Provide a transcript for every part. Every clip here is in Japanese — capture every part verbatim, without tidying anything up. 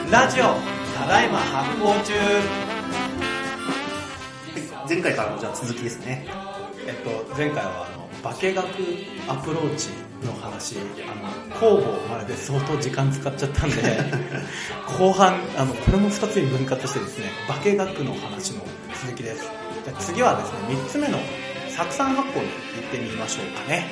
ラジオただいま発行中。 前回からのじゃあ続きですね。 えっと前回はあの化学アプローチの話、あの酵母までで相当時間使っちゃったんで後半あのこれもふたつに分割してですね、化学の話の続きです。じゃあ次はですね、みっつめの酢酸発酵に行ってみましょうかね。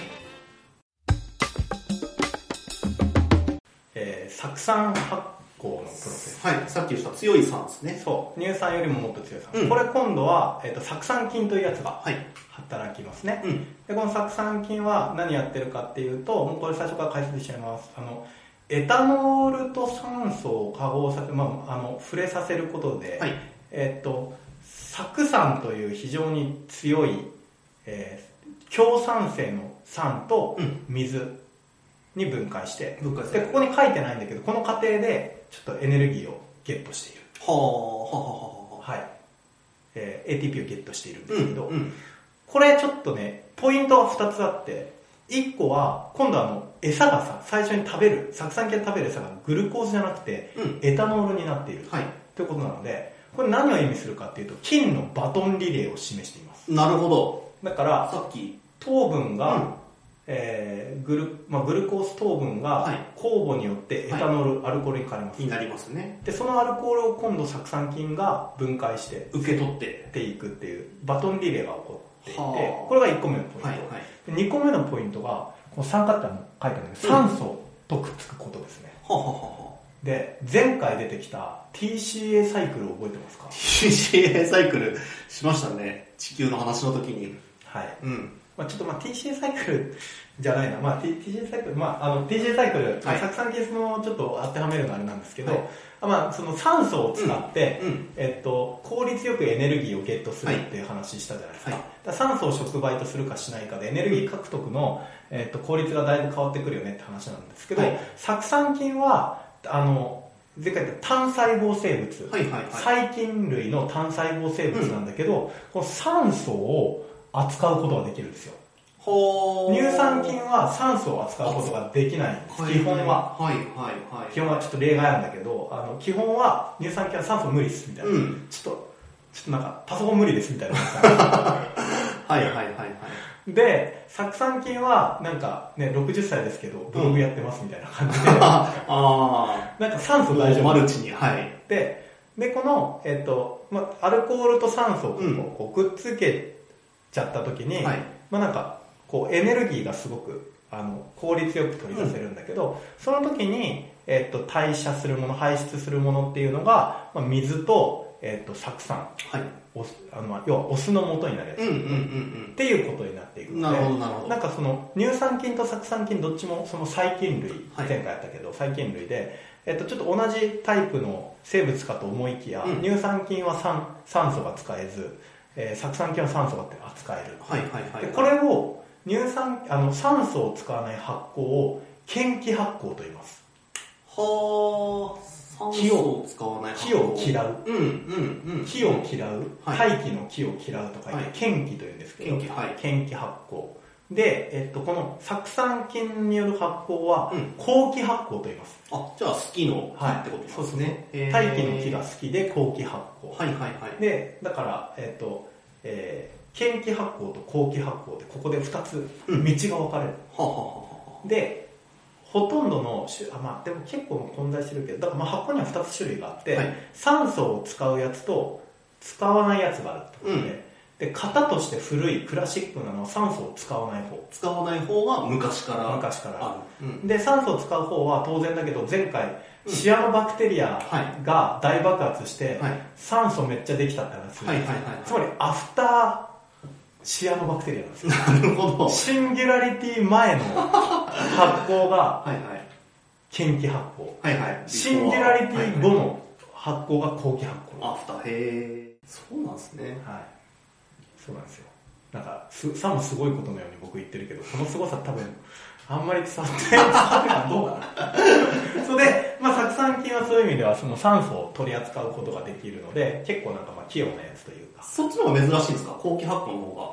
えー、酢酸発酵のプロセス。 はい、さっき言った強い酸ですね。 そう、乳酸よりももっと強い酸。 うん、これ今度は、えーと、酢酸菌というやつが働きますね。 はい、うん、 でこの酢酸菌は何やってるかっていうと、もうこれ最初から解説しちゃいます。あのエタノールと酸素を化合させ、まあ、あの触れさせることで、 はい、 えーと、酢酸という非常に強い、えー、強酸性の酸と水に分解して、 分解でここに書いてないんだけど、この過程でちょっとエネルギーをゲットしている。 はあ、はあ、はあ、はい。えー、エーティーピー をゲットしているんですけど、 うんうん、 これちょっとね、ポイントがふたつあって、いっこは、今度あの、餌がさ、最初に食べる、酢酸菌で食べる餌がグルコースじゃなくて、うん、エタノールになっている。 はい。 ということなので、これ何を意味するかっていうと、菌のバトンリレーを示しています。 なるほど。 だから、 さっき、 糖分が、 うんえーグルまあ、グルコース糖分が酵母によってエタノール、はい、アルコールに変わります。 になりますね。 で、そのアルコールを今度酢酸菌が分解して受け取ってていくっていうバトンリレーが起こっていて、これがいっこめのポイント。はいはい、にこめのポイントが、この三角形に書いてあるんだけど、酸素とくっつくことですね。 ははははで、前回出てきた ティーシーエー サイクルを覚えてますか？ ティーシーエー サイクルしましたね。地球の話の時に。 はい。 うん。 まあ、ちょっとまあ ティーシーエー サイクルじゃないな、まあ、ティーシーエー サイクル、まあ、あの ティーシーエー サイクル、はい、酢酸菌のちょっと当てはめるのあれなんですけど、はい、まあ、その酸素を使って、うんうん、えっと、効率よくエネルギーをゲットするっていう話したじゃないですか。はい、だから酸素を触媒とするかしないかでエネルギー獲得の、えっと、効率がだいぶ変わってくるよねって話なんですけど、はい、酢酸菌は、あの、前回言った単細胞生物、はいはいはい、細菌類の単細胞生物なんだけど、うん、この酸素を扱うことができるんですよ。乳酸菌は酸素を扱うことができないんです、基本は。 はいはいはい。 基本はちょっと例外あるんだけど、あの基本は乳酸菌は酸素無理ですみたいな。うん、ちょっと、ちょっとなんかパソコン無理ですみたいな。 はいはいはいはい。 で、酢酸菌はなんかね、ろくじゅっさいですけど、ブログやってますみたいな感じで。 あなんか酸素大丈夫。 マルチに。はい。 で、で、この、えっと、まあ、アルコールと酸素をこうくっつけちゃった時に、はい、まあなんか、こうエネルギーがすごくあの効率よく取り出せるんだけど、うん、その時に、えー、と代謝するもの、排出するものっていうのが、まあ、水と、えー、と酢酸、はい、おあの要はお酢の元になるやつ、うんうんうんうん、っていうことになっていくので、なるほどなるほど。なんかその乳酸菌と酢酸菌どっちもその細菌類、はい、前回やったけど細菌類で、えー、とちょっと同じタイプの生物かと思いきや、うん、乳酸菌は 酸, 酸素が使えず、えー、酢酸菌は酸素が扱える、はいはいはいはい、でこれを乳酸あの酸素を使わない発酵を嫌気発酵と言います。 はあ、酸素を使わない発酵。気を嫌う。 うんうんうん。 気を嫌う。はい、大気の気を嫌うと書いて、はい、嫌気というんですけど、 嫌気、はい、 嫌気発酵。で、えっと、この酢酸菌による発酵は、うん、好気発酵と言います。 あ、じゃあ好きの気ってことですね。 はい、大気の気が好きで好気発酵。 はいはいはい。 で、だから、えっと、えー嫌気発酵と好気発酵でここでふたつ道が分かれる、うんはははでほとんどのあ、まあ、でも結構混在してるけどだからまあ発酵にはふたつ種類があって、はい、酸素を使うやつと使わないやつがあるってことで、うん、で型として古いクラシックなのは酸素を使わない方使わない方が昔から昔からある、うん、で酸素を使う方は当然だけど前回シアノバクテリアが大爆発して、はい、酸素めっちゃできたって話する、はいはいはいはい、つまりアフターシアノバクテリアなんですよ。 なるほど。 シンギュラリティ前の発酵が嫌気発酵、はいはい、シンギュラリティ後の発酵が好気発酵。 アフター、へー、そうなんですね。 はい、そうなんですよ。なんかさもすごいことのように僕言ってるけど、そのすごさ多分あんまり伝わってないどうかな。それで、まあ酢酸菌はそういう意味ではその酸素を取り扱うことができるので、結構なんかまあ器用なやつというか。 そっちの方が珍しいんですか？好気発酵の方が。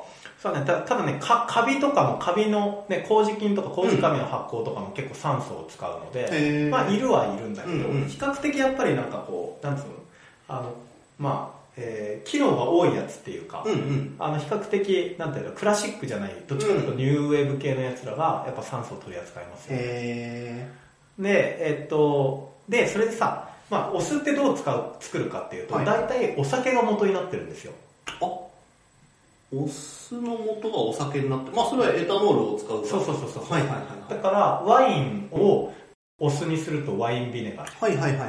そうね、たただね、かカビとかも、カビの、ね、麹菌とか麹紙の発酵とかも結構酸素を使うので、うん、まあいるはいるんだけど、うんうん、比較的やっぱりなんかこう、なんつうの、あの、まあ、えー、機能が多いやつっていうか、うんうん、あの比較的、なんていうの、クラシックじゃない、どっちかというとニューウェーブ系のやつらが、やっぱ酸素を取り扱いますよね。 へーで、えっと、で、それでさ、まあ、お酢ってどう使う、作るかっていうと、はい、大体お酒が元になってるんですよ。 あ、お酢の元がお酒になって、まあそれはエタノールを使う。 そうそうそうそう。 はいはいはい、はい。 だから、ワインをお酢にするとワインビネガー。 はいはいはいはい。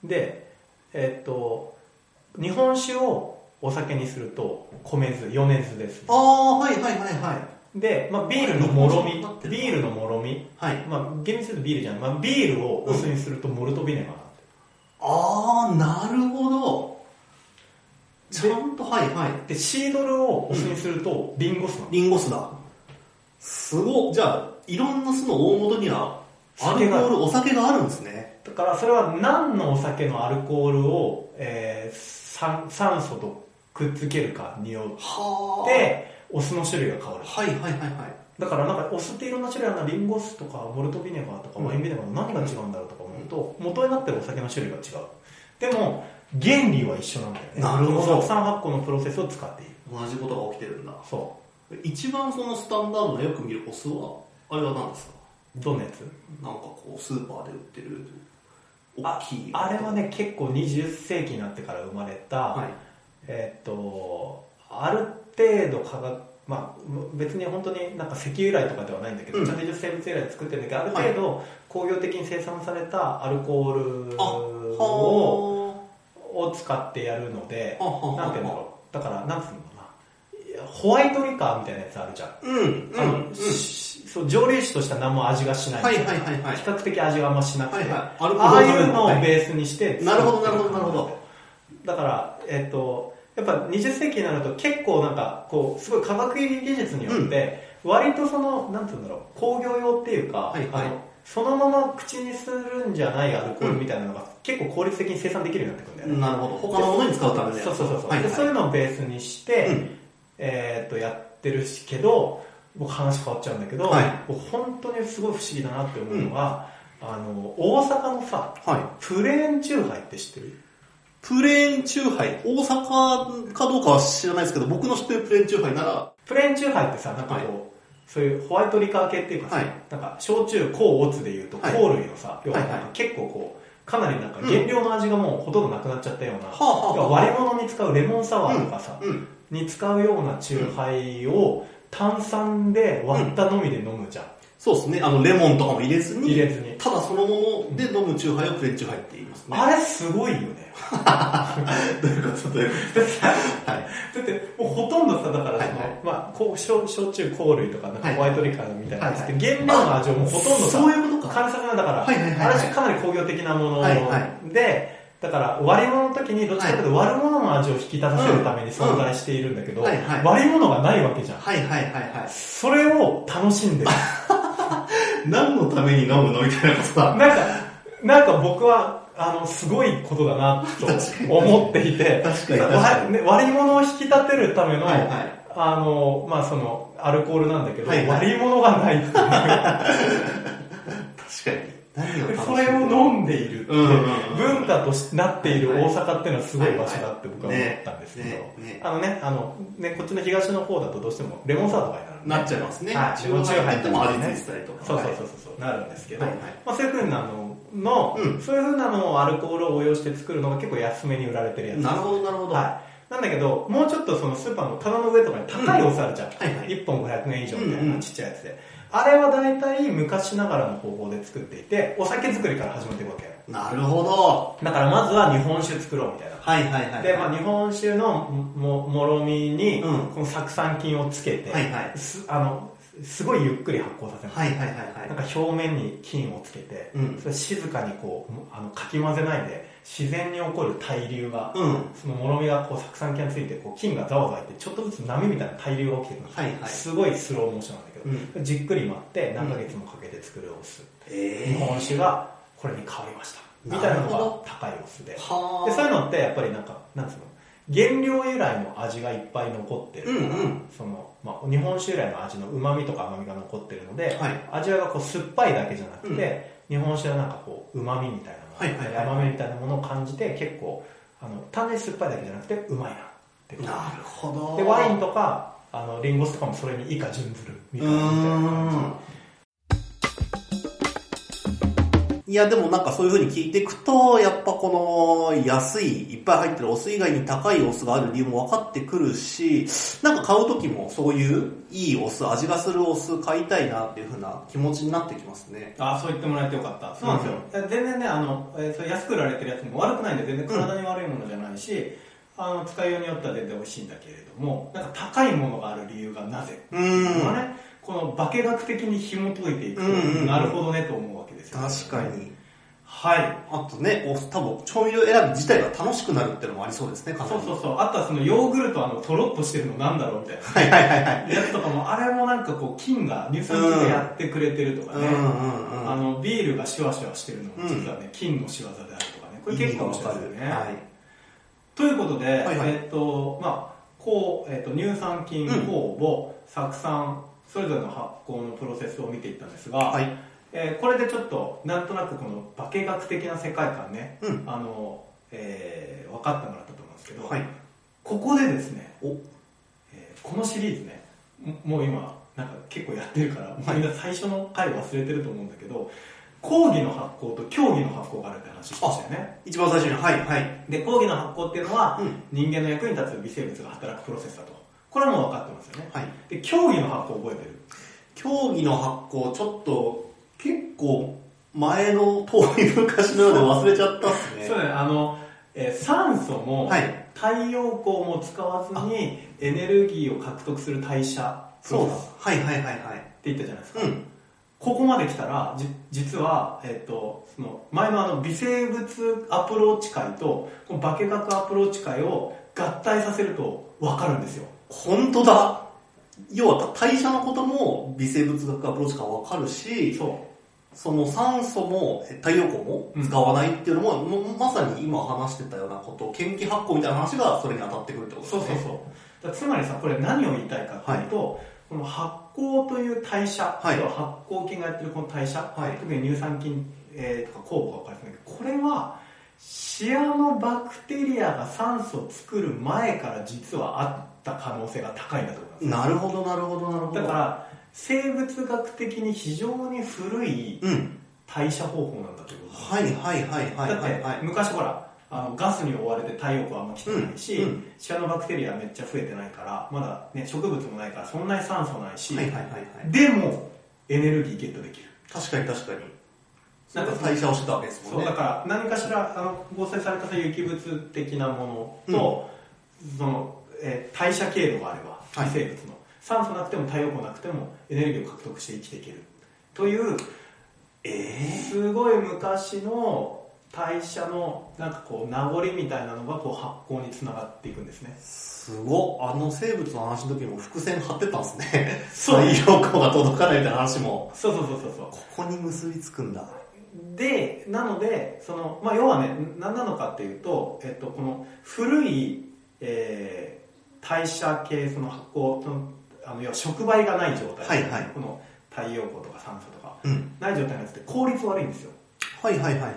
で、えっと、日本酒をお酒にすると米酢、米酢です、ね。 ああ、はいはいはいはい。 で、まあ、ビールのもろみ、ビールのもろみ、 はい、 まあ、厳密に言うとビールじゃん、まあ、ビールをお酢にするとモルトビネガーなんて、 うん、ああ、なるほど。ちゃんと、はいはい。 で、シードルをお酢にするとリンゴ酢なの。 リンゴ酢だ。すごい。じゃあ、いろんな酢の大元にはアルコール、お酒があるんですね。 だからそれは何のお酒のアルコールを、えー、酸, 酸素とくっつけるかによってお酢の種類が変わる。 はいはいはいはい。 だからなんかお酢っていろんな種類あるな、リンゴ酢とかモルトビネガーとかワインビネガーの何が違うんだろうとか思うと、元になってるお酒の種類が違う。でも原理は一緒なんだよね。 なるほど。 酢酸発酵のプロセスを使っている。 同じことが起きてるんだ。 そう。 一番そのスタンダードなよく見るお酢はあれは何ですか？ どんなやつ？ なんかこうスーパーで売ってる大きいあ, あれはね結構にじゅっ世紀になってから生まれた、はい、えー、っとある程度化学、まあ別に本当になんか石油由来とかではないんだけど、うん、ちゃんと生物由来で作ってるんだけど、ある程度工業的に生産されたアルコールをを使ってやるので、なんていうんだろう、だからなんつうのかな、ホワイトリカーみたいなやつあるじゃん。 うん、あの、うん、 そう蒸留酒としては何も味がしない。 はいはいはいはい。 比較的味があんましなくて、はいはい、 ああいうのをベースにして、 なるほどなるほどなるほど。 だからえっとやっぱにじゅっ世紀になると結構なんかこうすごい科学技術によって割とそのなんていうんだろう、工業用っていうか、はいはい、あのそのまま口にするんじゃないアルコールみたいなのが結構効率的に生産できるようになってくるんだよね。 なるほど。他のものに使うためで。 そうそうそうそう、はいはい、でそういうのをベースにして、うん、えー、っとやってるしけど。僕話変わっちゃうんだけど、はい、僕本当にすごい不思議だなって思うのが、うん、あの大阪のさ、はい、プレーンチューハイって知ってる？ プレーンチューハイ、大阪かどうかは知らないですけど、僕の知ってるプレーンチューハイなら、 プレーンチューハイってさ、なんかこう、はい、そういうホワイトリカー系っていうかさ、はい、なんか焼酎、香、オツでいうと、香類のさ、要はなんか結構こうかなりなんか原料の味がもうほとんどなくなっちゃったような、うん、割り物に使うレモンサワーとかさ、うんうん、に使うようなチューハイを炭酸で割ったのみで飲むじゃん。うん、 そうですね。あの、レモンとかも入れずに、 入れずにただそのもので飲むチューハイをプレーンチューハイって言いますね。 あれすごいよね。 どういうことどういうことはい。 だって、もうほとんどさ、だからその、はいはい、まあ、こう焼酎、香類とか、なんかホワイトリカーみたいなやつって、原料の味をもうほとんどさ、 そういうことか。 関西だから、 はいはいはいはい、 あれかなり工業的なもので、はいはい、だから割り物の時にどっちかというと割る物の味を引き立たせるために存在しているんだけど、うんうんはいはい、割り物がないわけじゃん。 はいはいはいはい。 それを楽しんでる。 何のために飲むのみたいなことだ。 なんか、なんか僕は、あの、すごいことだなと思っていて、 確かに確かに割り物を引き立てるための、はいはい、あの、まあその、アルコールなんだけど、はいはい、割り物がないっていう。確かに。 それを飲んでいるって、文化となっている大阪っていうのはすごい場所だって僕は思ったんですけど、あのね、あの、ね、こっちの東の方だとどうしてもレモンサワーとかになる、ね。 なっちゃいますね。 はい。レモンチューハイっても味付いてたりとか。 そうそうそうそう、なるんですけど、はいはい、まあそういう風なのの、うん、そういう風なのをアルコールを応用して作るのが結構安めに売られてるやつ。 なるほどなるほど。 はい。なんだけど、もうちょっとそのスーパーの棚の上とかに高いお酢あるじゃん。うんはいはい、いっぽんごひゃくえん以上みたいなちっちゃいやつで。あれは大体昔ながらの方法で作っていて、お酒作りから始めていくわけ。 なるほど。 だからまずは日本酒作ろうみたいな。 はいはいはい、はい。 で、まあ日本酒のも、もろみに、この酢酸菌をつけて、 はいはい、 すあのすごいゆっくり発酵させます。 はいはいはいはい。 なんか表面に菌をつけて、うん、それ静かにこう、あの、かき混ぜないで、自然に起こる対流が、うん、そのもろみがこう、酢酸菌がついて、こう、菌がざわざわいって、ちょっとずつ波みたいな対流が起きてるんです、はいはい、すごいスローモーションなんだけど、うん、じっくり待って何ヶ月もかけて作るお酢。うん、日本酒がこれに変わりました。みたいなのが高いお酢で。で、そういうのってやっぱりなんか、なんつうの、 原料由来の味がいっぱい残ってるから、うんうん、そのまあ、日本酒由来の味の旨味とか甘みが残ってるので、はい、味わいがこう酸っぱいだけじゃなくて、うん、日本酒はなんかこう旨味みたいなもの、はいはいはい、甘みみたいなものを感じて結構あの単純に酸っぱいだけじゃなくてうまいなってなるほど。 でワインとかあのリンゴ酢とかもそれに以下準ずるみたいな感じ。 いやでもなんかそういう風に聞いていくと、やっぱこの安い、いっぱい入ってるお酢以外に高いお酢がある理由も分かってくるし、なんか買う時もそういういいお酢、味がするお酢買いたいなっていう風な気持ちになってきますね。 ああ、そう言ってもらえてよかった。そうなんですよ。うん、全然ね、あの、えー、それ安く売られてるやつも悪くないんで全然体に悪いものじゃないし、うん、あの、使いようによっては全然美味しいんだけれども、なんか高いものがある理由がなぜ。うん。ね、この化学的に紐解いていくと、うんうんうん、なるほどねと思うわけですよ、ね。 確かに。 はい。 あとね、お多分調味料選び自体が楽しくなるっていうのもありそうですね、かなり。 そうそうそう。あとはそのヨーグルトあのトロッとしてるのなんだろうみたいな。 はいはいはいはい。 やつとかも、あれもなんかこう菌が、乳酸菌がやってくれてるとかね。うんうんうん、あの、ビールがシュワシュワしてるのも実はね、うん、菌の仕業であるとかね。これ結構面白いですよね。はい。ということで、はいはい、えっ、ー、と、まあ、こう、えっ、ー、と、乳酸菌酵母、酢酸、それぞれの発酵のプロセスを見ていったんですが、はい、えー、これでちょっとなんとなくこの化学的な世界観ね、うん、あの、えー、分かってもらったと思うんですけど、はい、ここでですね、お、えー、このシリーズね、もう今なんか結構やってるから、はい、みんな最初の回忘れてると思うんだけど、講義の発酵と競技の発酵があるって話しましたよね。 一番最初に、はいはい。 で、講義の発酵っていうのは、うん、人間の役に立つ微生物が働くプロセスだと。これはもう分かってますよね。はい、で、競技の発酵覚えてる？ 競技の発酵、ちょっと結構前の遠い昔のようで忘れちゃったっすね。 そうね、あの、えー、酸素も、はい、太陽光も使わずにエネルギーを獲得する代謝。 そうだ。はいはいはいはい。って言ったじゃないですか。うん、ここまで来たら、じ実は、えっ、ー、と、その前のあの微生物アプローチ会とこの化学アプローチ会を合体させると分かるんですよ。 本当だ。要は代謝のことも微生物学アプローチから分かるし、そうその酸素も太陽光も使わないっていうのも、うん、まさに今話してたようなこと、研気発酵みたいな話がそれに当たってくるってことですね。 そうそうそう。だつまりさ、これ何を言いたいかっていうと、はい、この発酵という代謝、はい、発酵菌がやってるこの代謝、はい、特に乳酸菌、えー、とか酵母が分かるんですけど、これはシアノバクテリアが酸素を作る前から実はあった可能性が高いんだと思います。 なるほどなるほどなるほど。 だから生物学的に非常に古い代謝方法なんだということ、 うん、はいはいはいはいはい、はい、 だって昔ほらあのガスに覆われて太陽光あんま来てないし、うんうん、シアノバクテリアめっちゃ増えてないからまだね植物もないからそんなに酸素ないし、はいはいはいはい、でもエネルギーゲットできる。 確かに確かに。なんか代謝をしてたわけですもんね。 そうだから何かしらあの合成された有機物的なものと、うん、その、えー、代謝経路があれば微生物の、はい、酸素なくても太陽光なくてもエネルギーを獲得して生きていけるという、えー、すごい昔の代謝のなんかこう名残みたいなのがこう発酵につながっていくんですね。 すごっ。あの生物の話の時も伏線張ってたんですね。そう。太陽光が届かないみたいな話も。 そうそうそうそうそう。 ここに結びつくんだ。 で、なので、その、まあ、要はね、何なのかっていうと、えっと、この古い、えー、代謝系、その発酵、その、あの、要は触媒がない状態、はいはい、この太陽光とか酸素とか、うん、ない状態のやつって効率悪いんですよ。 はいはいはいはい。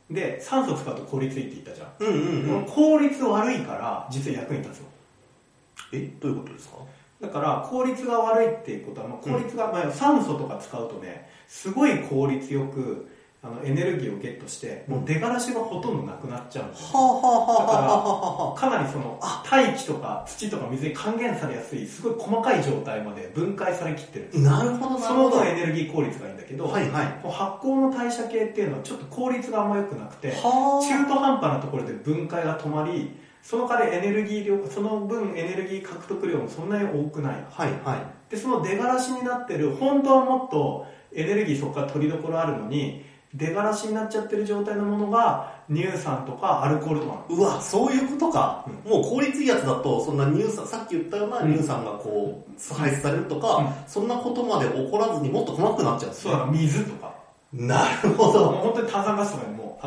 で、酸素使うと効率いいって言ったじゃん。 うんうんうん。 この効率悪いから、実は役に立つの。 え、どういうことですか？ だから効率が悪いっていうことは、まあ、効率が、うんまあ、酸素とか使うとね、すごい効率よくあのエネルギーをゲットして、もう出がらしがほとんどなくなっちゃうんですよ。だからかなりその大気とか土とか水に還元されやすいすごい細かい状態まで分解されきってるんです。 なるほどなるほど。 その分エネルギー効率がいいんだけど、はいはい、発酵の代謝系っていうのはちょっと効率があんま良くなくて、中途半端なところで分解が止まり、その代わりエネルギー量、その分エネルギー獲得量もそんなに多くない。はいはい。で、その出がらしになってる、本当はもっとエネルギーそこから取りどころあるのに、出がらしになっちゃってる状態のものが乳酸とかアルコールとか。 うわ、そういうことか。うん、もう効率いいやつだと、そんな乳酸、さっき言ったような乳酸がこう、排出されるとか、うん、そんなことまで起こらずにもっと細かくなっちゃうんですね。そうだ、水とか。 なるほど。 もう本当に炭酸ガスとかにも、あんま、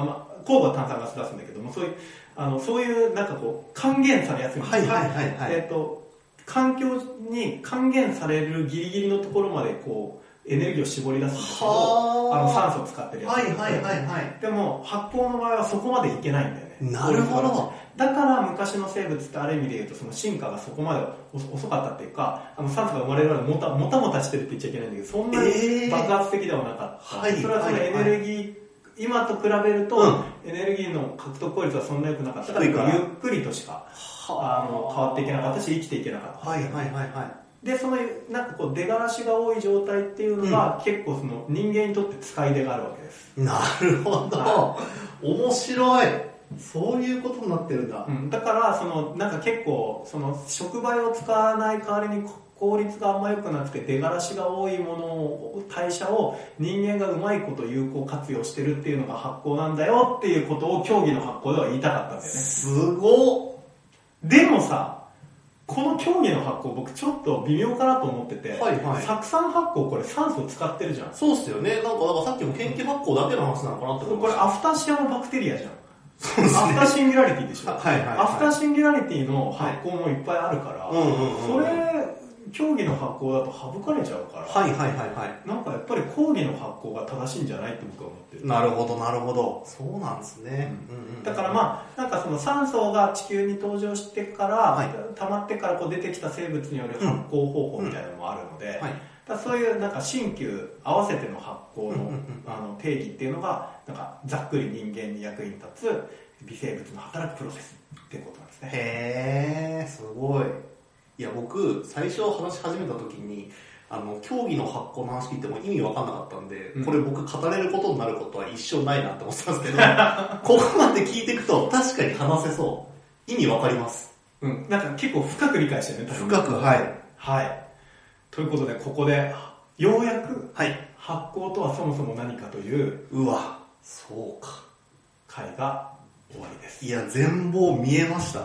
酵母炭酸ガス出すんだけども、そういう、あの、そういうなんかこう、還元されやすいんですよ。 はいはいはいはい。 えっと、環境に還元されるギリギリのところまでこう、エネルギーを絞り出すんですけど、あの酸素を使ってるやつ。 はいはいはいはい。 でも発酵の場合はそこまでいけないんだよね。 なるほど。 だから昔の生物ってある意味で言うとその進化がそこまで遅かったっていうか、あの酸素が生まれるまでもたもたもたしてるって言っちゃいけないんだけど、そんなに爆発的ではなかった。えー、それはそのエネルギー、はいはい、今と比べると、うん、エネルギーの獲得効率はそんな良くなかったから、ゆっくりとしかあの変わっていけなかったし、生きていけなかった。 はいはいはいはい。 で、その、なんかこう、出がらしが多い状態っていうのが、うん、結構その、人間にとって使い出があるわけです。 なるほど。はい、面白い。そういうことになってるんだ。 うん、だから、その、なんか結構、その、触媒を使わない代わりに効率があんま良くなくて、出がらしが多いものを、代謝を人間がうまいこと有効活用してるっていうのが発酵なんだよっていうことを競技の発酵では言いたかったんだよね。 すごっ。 でもさ、この競技の発酵僕ちょっと微妙かなと思ってて、はいはい、酢酸発酵これ酸素使ってるじゃん。 そうっすよね。なんか、なんかさっきも研究発酵だけの話なのかなって思って。 これアフターシアムバクテリアじゃん。そうですね、アフターシンギュラリティでしょ。はいはいはい、アフターシンギュラリティの発酵もいっぱいあるから、はいうんうんうん、それ、競技の発酵だと省かれちゃうから、 はいはいはいはい。 なんかやっぱり講義の発酵が正しいんじゃないって僕は思ってる。 なるほどなるほど。そうなんですね。 うんうんうん、だからまあ、なんかその酸素が地球に登場してから、はい、溜まってからこう出てきた生物による発酵方法みたいなのもあるので、うんうんはい、だそういうなんか新旧合わせての発酵の、うんうんうん、あの定義っていうのが、なんかざっくり人間に役に立つ微生物の働くプロセスっていうことなんですね。 へー、すごい。いや僕最初話し始めた時にあの競技の発酵の話聞いても意味わかんなかったんで、うん、これ僕語れることになることは一生ないなって思ってたんですけどここまで聞いていくと確かに話せそう。意味わかります。 うん、なんか結構深く理解してるね。 深く、はいはいということでここでようやく発酵とはそもそも何かという、 うわそうか回が終わりです。 いや全貌見えました。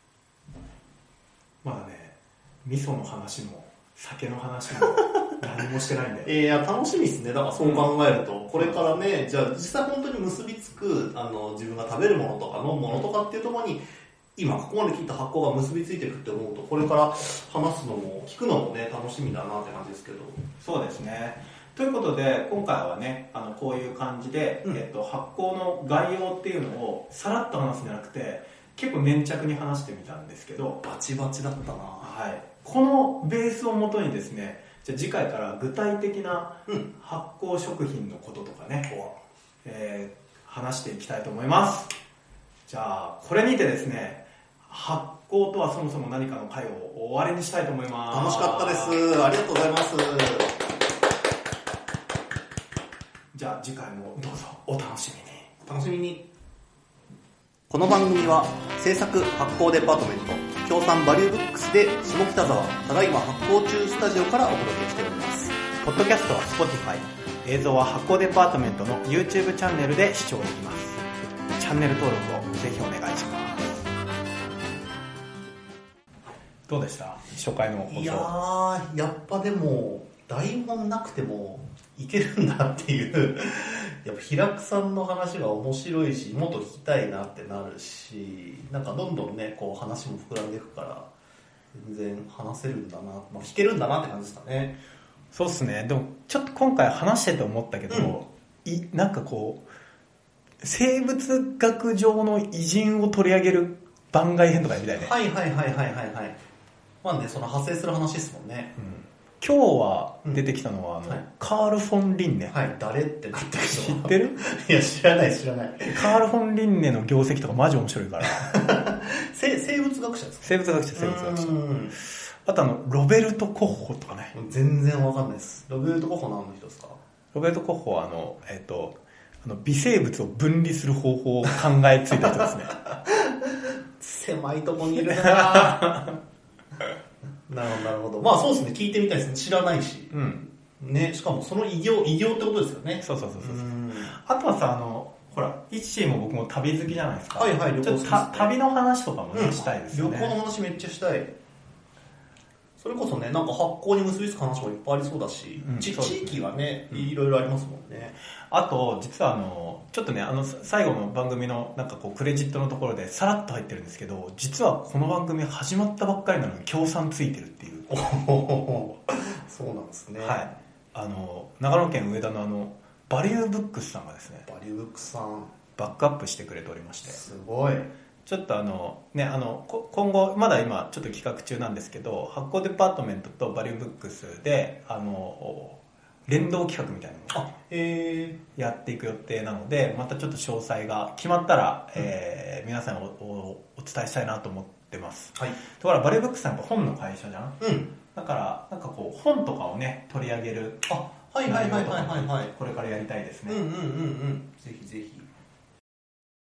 まだね、味噌の話も酒の話も何もしてないんで。 いや楽しみですね。だからそう考えると、うん、これからね、じゃあ実際本当に結びつくあの自分が食べるものとか飲むものとかっていうところに今ここまで聞いた発酵が結びついていくって思うと、これから話すのも聞くのもね楽しみだなって感じですけど。 そうですね。ということで今回はね、あのこういう感じで、うん、えっと、発酵の概要っていうのをさらっと話すんじゃなくて結構粘着に話してみたんですけど、 バチバチだったな。 はい。このベースをもとにですね、じゃあ次回から具体的な発酵食品のこととかね、うんえー、話していきたいと思います。じゃあこれにてですね、発酵とはそもそも何かの回を終わりにしたいと思います。 楽しかったです。ありがとうございます。 じゃあ次回もどうぞお楽しみに。 お楽しみに。この番組は制作発酵デパートメント協賛バリューブックスで下北沢ただいま発酵中スタジオからお届けしております。 ポッドキャストは Spotify、 映像は発酵デパートメントの YouTube チャンネルで視聴できます。チャンネル登録をぜひお願いします。どうでした初回の放送。 いやーやっぱでも台本なくてもいけるんだっていうやっぱ平久さんの話が面白いしもっと聞きたいなってなるし、なんかどんどんねこう話も膨らんでいくから全然話せるんだな、まあ、聞けるんだなって感じですかね。 そうっすね。でもちょっと今回話してて思ったけど、うん、いなんかこう生物学上の偉人を取り上げる番外編とかやりたいね。 はいはいはいはいはいはい。まあねその派生する話ですもんね。 うん今日は出てきたのは、うんあのはい、カール・フォン・リンネ。 はい、誰ってなったけど。 知ってる？ いや、知らない知らない。 カール・フォン・リンネの業績とかマジ面白いから。 生物学者ですか？ 生物学者、生物学者。あとあの、ロベルト・コッホとかね。 全然わかんないです。ロベルト・コッホ何の人ですか？ ロベルト・コッホはあの、えっと、あの微生物を分離する方法を考えついた人ですね。 狭いとこにいるななるほどなるほど。まあそうですね、聞いてみたいですね。知らないし、うん、ね。しかもその偉業偉業ってことですよね。 そうそうそうそう。うんあとはさあのほらイッチーも僕も旅好きじゃないですか。 はいはい。旅行好きですね。 ちょっと旅の話とかも、ねうん、したいですよね。 旅行の話めっちゃしたい。そそれこそね、なんか発行に結びつく話もいっぱいありそうだし、うん、地域がね、いろいろありますもんね。 あと、実はあの、ちょっとね、あの、最後の番組のなんかこう、クレジットのところでさらっと入ってるんですけど、実はこの番組始まったばっかりなのに協賛ついてるっていう。 そうなんですね。 はい。あの、長野県上田のあの、バリューブックスさんがですね、 バリューブックスさん、 バックアップしてくれておりまして。 すごい。 ちょっとあの、ね、あの、今後、まだ今ちょっと企画中なんですけど、発行デパートメントとバリューブックスで、あの、連動企画みたいなのをやっていく予定なので、またちょっと詳細が決まったら、うん、えー、皆さんに お, お, お伝えしたいなと思ってます。 はい。 ところがバリューブックスさんって本の会社じゃん。 うん。 だから、なんかこう、本とかをね、取り上げる。 あ、はいはいはいはいはい、はい。 これからやりたいですね。 うんうんうんうん。ぜひぜひ。